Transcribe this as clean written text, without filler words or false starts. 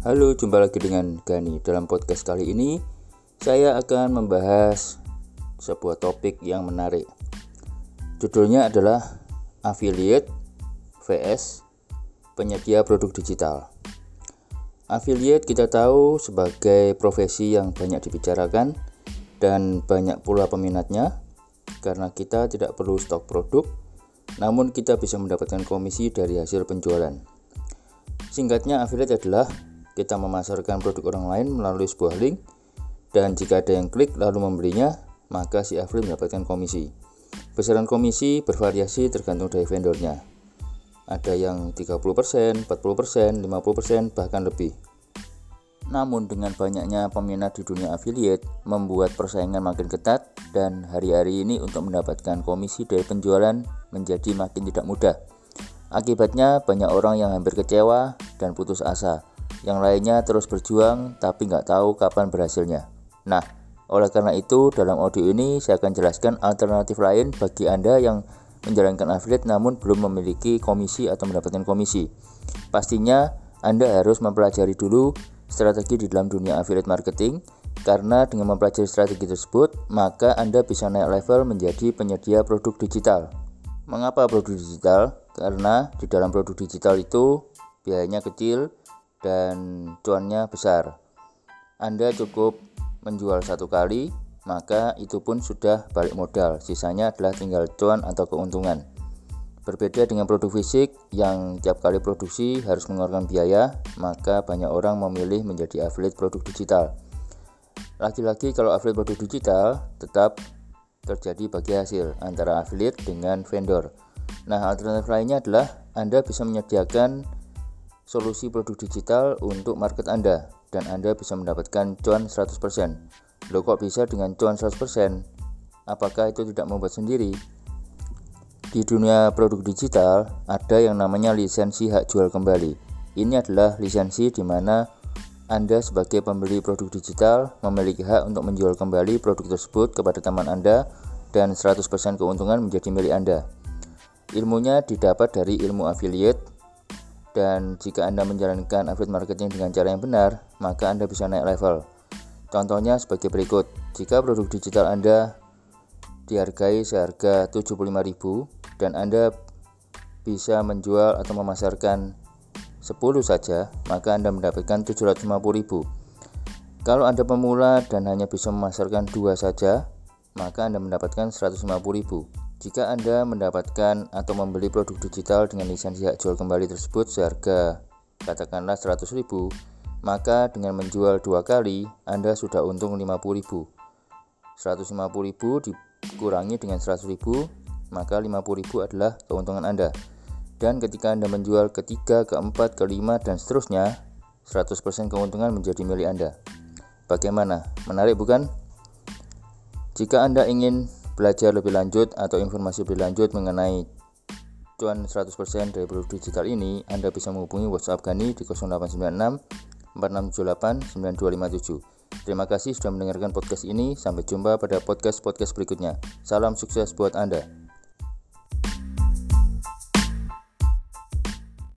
Halo, jumpa lagi dengan Gani. Dalam podcast kali ini, saya akan membahas sebuah topik yang menarik. Judulnya adalah Affiliate vs penyedia produk digital. Affiliate kita tahu sebagai profesi yang banyak dibicarakan dan banyak pula peminatnya karena kita tidak perlu stok produk, namun kita bisa mendapatkan komisi dari hasil penjualan. Singkatnya, affiliate adalah kita memasarkan produk orang lain melalui sebuah link, dan jika ada yang klik lalu membelinya, maka si affiliate mendapatkan komisi. Besaran komisi bervariasi tergantung dari vendornya. Ada yang 30%, 40%, 50%, bahkan lebih. Namun dengan banyaknya peminat di dunia affiliate membuat persaingan makin ketat, dan hari-hari ini untuk mendapatkan komisi dari penjualan menjadi makin tidak mudah. Akibatnya banyak orang yang hampir kecewa dan putus asa. Yang lainnya terus berjuang tapi nggak tahu kapan berhasilnya. Nah, oleh karena itu dalam audio ini saya akan jelaskan alternatif lain bagi Anda yang menjalankan affiliate namun belum memiliki komisi atau mendapatkan komisi. Pastinya Anda harus mempelajari dulu strategi di dalam dunia affiliate marketing, karena dengan mempelajari strategi tersebut maka Anda bisa naik level menjadi penyedia produk digital. Mengapa produk digital? Karena di dalam produk digital itu biayanya kecil dan cuannya besar. Anda cukup menjual satu kali, maka itu pun sudah balik modal. Sisanya adalah tinggal cuan atau keuntungan. Berbeda dengan produk fisik yang tiap kali produksi harus mengeluarkan biaya, maka banyak orang memilih menjadi affiliate produk digital. Lagi-lagi kalau affiliate produk digital tetap terjadi bagi hasil antara affiliate dengan vendor. Nah, alternatif lainnya adalah Anda bisa menyediakan solusi produk digital untuk market Anda, dan Anda bisa mendapatkan cuan 100%. Loh, kok bisa dengan cuan 100%? Apakah itu tidak membuat sendiri? Di dunia produk digital ada yang namanya lisensi hak jual kembali. Ini adalah lisensi di mana Anda sebagai pembeli produk digital memiliki hak untuk menjual kembali produk tersebut kepada teman Anda, dan 100% keuntungan menjadi milik Anda. Ilmunya didapat dari ilmu affiliate, dan jika Anda menjalankan affiliate marketing dengan cara yang benar, maka Anda bisa naik level. Contohnya sebagai berikut. Jika produk digital Anda dihargai seharga 75.000 dan Anda bisa menjual atau memasarkan 10 saja, maka Anda mendapatkan 750.000. Kalau Anda pemula dan hanya bisa memasarkan 2 saja, maka Anda mendapatkan 150.000. Jika Anda mendapatkan atau membeli produk digital dengan lisensi hak jual kembali tersebut seharga katakanlah 100.000, maka dengan menjual 2 kali Anda sudah untung 50.000. 150.000 dikurangi dengan 100.000, maka 50.000 adalah keuntungan Anda. Dan ketika Anda menjual ketiga, keempat, kelima, dan seterusnya, 100% keuntungan menjadi milik Anda. Bagaimana? Menarik bukan? Jika Anda ingin belajar lebih lanjut atau informasi lebih lanjut mengenai cuan 100% dari produk digital ini, Anda bisa menghubungi WhatsApp Gani di 0896 4678 9257. Terima kasih sudah mendengarkan podcast ini. Sampai jumpa pada podcast berikutnya. Salam sukses buat Anda.